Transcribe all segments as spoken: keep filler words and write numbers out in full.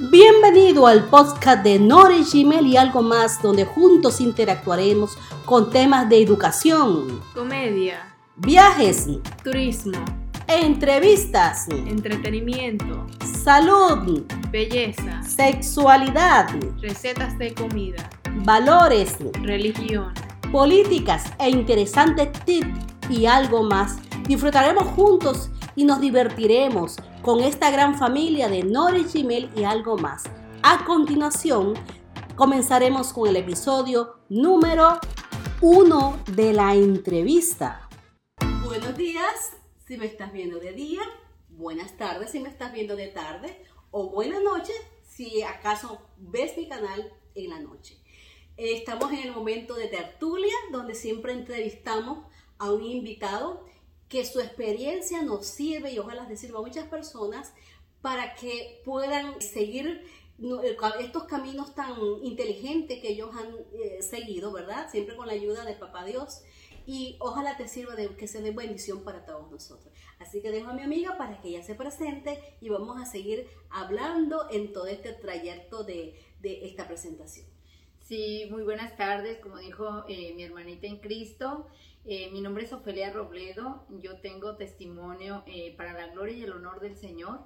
Bienvenido al podcast de Nore Gimel y algo más, donde juntos interactuaremos con temas de educación, comedia, viajes, turismo, entrevistas, entretenimiento, salud, belleza, sexualidad, recetas de comida, valores, religión, políticas e interesantes tips y algo más. Disfrutaremos juntos y nos divertiremos con esta gran familia de Nore Gimel y algo más. A continuación, comenzaremos con el episodio número uno de la entrevista. Buenos días, si me estás viendo de día. Buenas tardes, si me estás viendo de tarde. O buenas noches, si acaso ves mi canal en la noche. Estamos en el momento de tertulia, donde siempre entrevistamos a un invitado que su experiencia nos sirve y ojalá les sirva a muchas personas para que puedan seguir estos caminos tan inteligentes que ellos han eh, seguido, ¿verdad? Siempre con la ayuda de Papá Dios, y ojalá te sirva de que sea de bendición para todos nosotros. Así que dejo a mi amiga para que ella se presente y vamos a seguir hablando en todo este trayecto de, de esta presentación. Sí, muy buenas tardes, como dijo eh, mi hermanita en Cristo. Eh, mi nombre es Ofelia Robledo, yo tengo testimonio eh, para la gloria y el honor del Señor.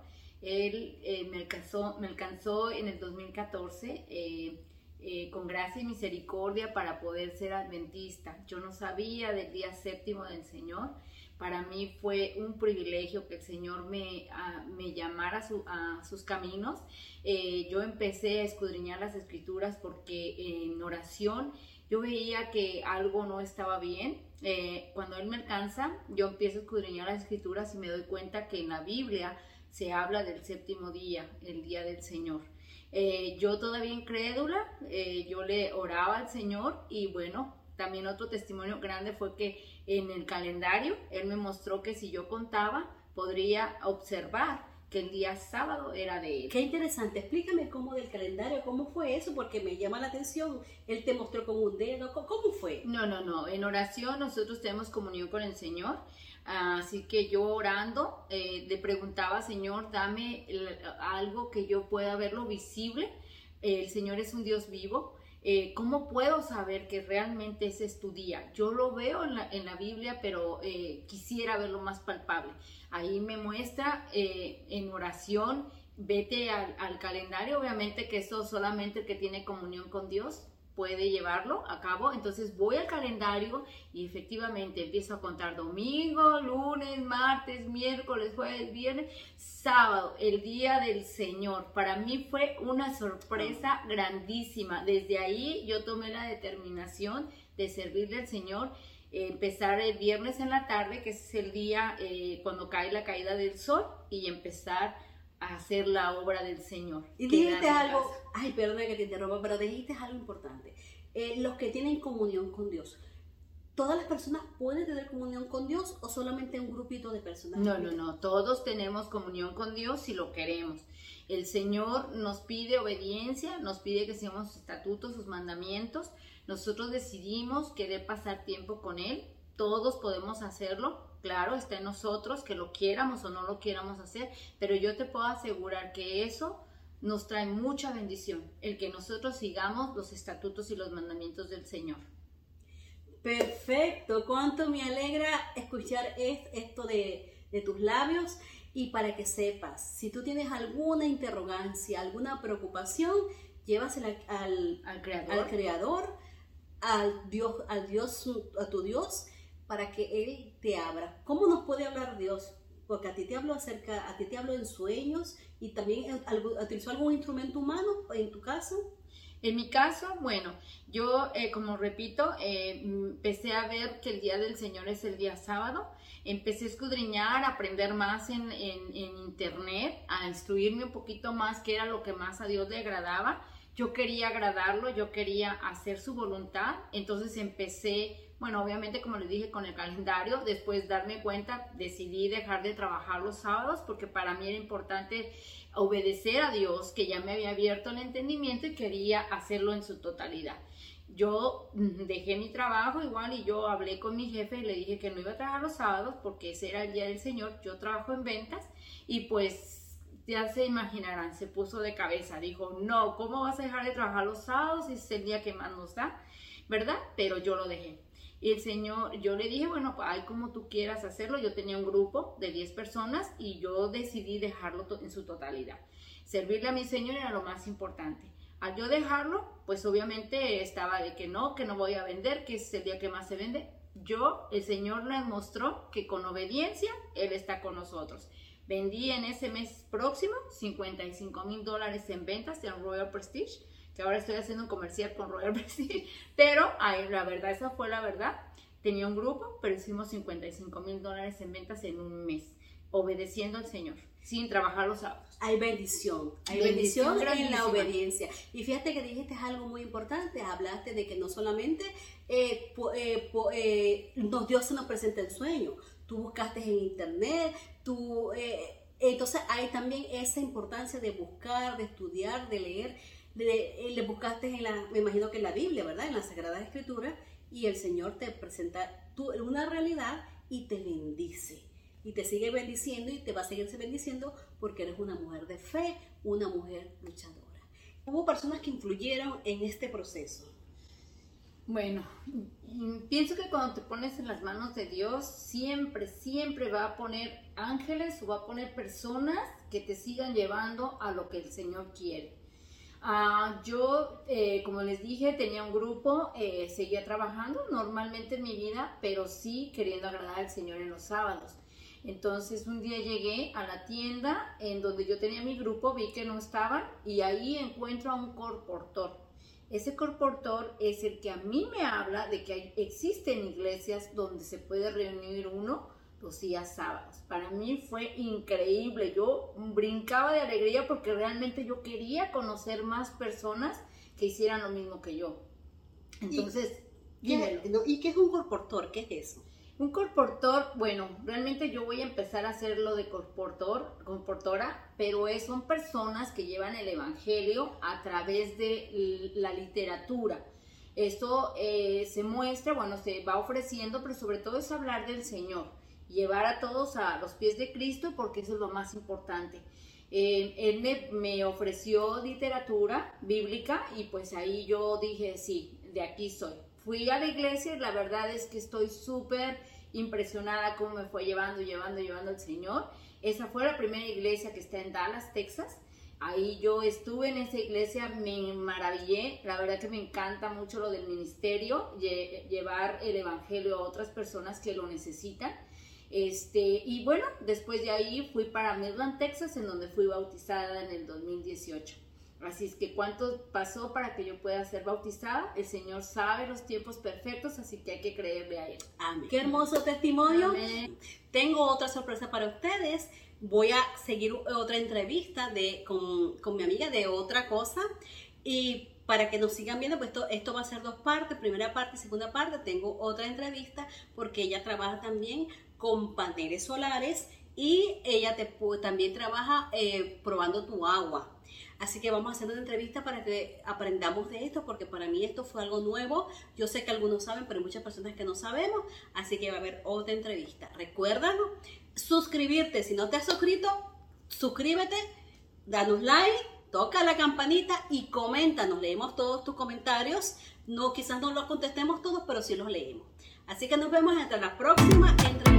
Él eh, me, alcanzó, me alcanzó en el dos mil catorce eh, eh, con gracia y misericordia para poder ser adventista. Yo no sabía del día séptimo del Señor. Para mí fue un privilegio que el Señor me, a, me llamara a, su, a sus caminos. Eh, yo empecé a escudriñar las Escrituras porque en oración yo veía que algo no estaba bien. Eh, cuando Él me alcanza, yo empiezo a escudriñar las Escrituras y me doy cuenta que en la Biblia se habla del séptimo día, el día del Señor. Eh, yo todavía incrédula, eh, yo le oraba al Señor y bueno, también otro testimonio grande fue que en el calendario Él me mostró que si yo contaba, podría observar que el día sábado era de Él. Qué interesante, explícame cómo del calendario, cómo fue eso, porque me llama la atención. Él te mostró con un dedo, ¿cómo fue? No, no, no, en oración nosotros tenemos comunión con el Señor, así que yo orando eh, le preguntaba, Señor, dame el, algo que yo pueda verlo visible. El Señor es un Dios vivo. Eh, ¿Cómo puedo saber que realmente ese es tu día? Yo lo veo en la, en la Biblia, pero eh, quisiera verlo más palpable. Ahí me muestra eh, en oración, vete al, al calendario, obviamente que eso solamente el que tiene comunión con Dios puede llevarlo a cabo. Entonces voy al calendario y efectivamente empiezo a contar domingo, lunes, martes, miércoles, jueves, viernes, sábado, el día del Señor. Para mí fue una sorpresa grandísima. Desde ahí yo tomé la determinación de servirle al Señor. Eh, empezar el viernes en la tarde, que es el día eh, cuando cae la caída del sol, y empezar a hacer la obra del Señor. Y dijiste algo, casa. ay, perdona que te interrumpa, pero dijiste algo importante. Eh, los que tienen comunión con Dios, ¿todas las personas pueden tener comunión con Dios o solamente un grupito de personas? No, no, no, todos tenemos comunión con Dios si lo queremos. El Señor nos pide obediencia, nos pide que sigamos sus estatutos, sus mandamientos. Nosotros decidimos querer pasar tiempo con Él. Todos podemos hacerlo. Claro, está en nosotros que lo quieramos o no lo quieramos hacer, pero yo te puedo asegurar que eso nos trae mucha bendición, el que nosotros sigamos los estatutos y los mandamientos del Señor. Perfecto, cuánto me alegra escuchar esto de, de tus labios. Y para que sepas, si tú tienes alguna interrogancia, alguna preocupación, llévasela al, al creador, al, creador al, Dios, al Dios, a tu Dios, para que Él te abra. ¿Cómo nos puede hablar Dios? Porque a ti te hablo acerca, a ti te hablo en sueños, y también utilizó algún instrumento humano en tu caso. En mi caso, bueno, yo eh, como repito, eh, empecé a ver que el día del Señor es el día sábado. Empecé a escudriñar, a aprender más en, en, en internet, a instruirme un poquito más qué era lo que más a Dios le agradaba. Yo quería agradarlo, yo quería hacer su voluntad, entonces empecé. Bueno, obviamente, como les dije, con el calendario, después darme cuenta, decidí dejar de trabajar los sábados porque para mí era importante obedecer a Dios, que ya me había abierto el entendimiento y quería hacerlo en su totalidad. Yo dejé mi trabajo igual y yo hablé con mi jefe y le dije que no iba a trabajar los sábados porque ese era el día del Señor. Yo trabajo en ventas y pues ya se imaginarán, se puso de cabeza, dijo, no, ¿cómo vas a dejar de trabajar los sábados si es el día que más nos da? ¿Verdad? Pero yo lo dejé. Y el Señor, yo le dije, bueno, pues, ay, como tú quieras hacerlo. Yo tenía un grupo de diez personas y yo decidí dejarlo en su totalidad. Servirle a mi Señor era lo más importante. Al yo dejarlo, pues obviamente estaba de que no, que no voy a vender, que es el día que más se vende. Yo, el Señor les mostró que con obediencia Él está con nosotros. Vendí en ese mes próximo cincuenta y cinco mil dólares en ventas en Royal Prestige, que ahora estoy haciendo un comercial con Royal Prestige, pero ay, la verdad, esa fue la verdad. Tenía un grupo, pero hicimos cincuenta y cinco mil dólares en ventas en un mes, obedeciendo al Señor, sin trabajar los sábados. Hay bendición, hay Bendición bendición, en la grandísima. obediencia. Y fíjate que dijiste algo muy importante, hablaste de que no solamente eh, po- eh, po- eh, nos, Dios se nos presenta el sueño, tú buscaste en internet, tú, eh, entonces hay también esa importancia de buscar, de estudiar, de leer, de, le buscaste en la, me imagino que en la Biblia, ¿verdad? En la Sagrada Escritura, y el Señor te presenta tú, una realidad y te bendice. Y te sigue bendiciendo y te va a seguirse bendiciendo porque eres una mujer de fe, una mujer luchadora. Hubo personas que influyeron en este proceso. Bueno, mm, pienso que cuando te pones en las manos de Dios, siempre, siempre va a poner ángeles o va a poner personas que te sigan llevando a lo que el Señor quiere. Ah, yo, eh, como les dije, tenía un grupo, eh, seguía trabajando normalmente en mi vida, pero sí queriendo agradar al Señor en los sábados. Entonces un día llegué a la tienda en donde yo tenía mi grupo, vi que no estaban y ahí encuentro a un corportor. Ese corportor es el que a mí me habla de que hay, existen iglesias donde se puede reunir uno los días sábados. Para mí fue increíble, yo brincaba de alegría porque realmente yo quería conocer más personas que hicieran lo mismo que yo. Entonces, ¿Qué, dímelo. no, ¿Y qué es un corportor? ¿Qué es eso? Un corportor, bueno, realmente yo voy a empezar a hacerlo de corportor, corportora, pero es, son personas que llevan el evangelio a través de la literatura. Esto eh, se muestra, bueno, se va ofreciendo, pero sobre todo es hablar del Señor, llevar a todos a los pies de Cristo, porque eso es lo más importante. Eh, él me, me ofreció literatura bíblica y pues ahí yo dije, sí, de aquí soy. Fui a la iglesia y la verdad es que estoy súper impresionada cómo me fue llevando, llevando, llevando el Señor. Esa fue la primera iglesia que está en Dallas, Texas. Ahí yo estuve en esa iglesia, me maravillé. La verdad que me encanta mucho lo del ministerio, lle- llevar el evangelio a otras personas que lo necesitan. Este, y bueno, después de ahí fui para Midland, Texas, en donde fui bautizada en el dos mil dieciocho. Así es que cuánto pasó para que yo pueda ser bautizada. El Señor sabe los tiempos perfectos, así que hay que creerle a Él. Amén. Qué hermoso testimonio. Amén. Tengo otra sorpresa para ustedes. Voy a seguir otra entrevista de, con, con mi amiga de otra cosa. Y para que nos sigan viendo, pues esto, esto va a ser dos partes, primera parte y segunda parte. Tengo otra entrevista porque ella trabaja también con paneles solares y ella te, también trabaja eh, probando tu agua. Así que vamos a hacer una entrevista para que aprendamos de esto, porque para mí esto fue algo nuevo. Yo sé que algunos saben, pero hay muchas personas que no sabemos, así que va a haber otra entrevista. Recuerda suscribirte, si no te has suscrito, suscríbete, danos like, toca la campanita y coméntanos. Leemos todos tus comentarios. No, quizás no los contestemos todos, pero sí los leemos. Así que nos vemos hasta la próxima entrevista.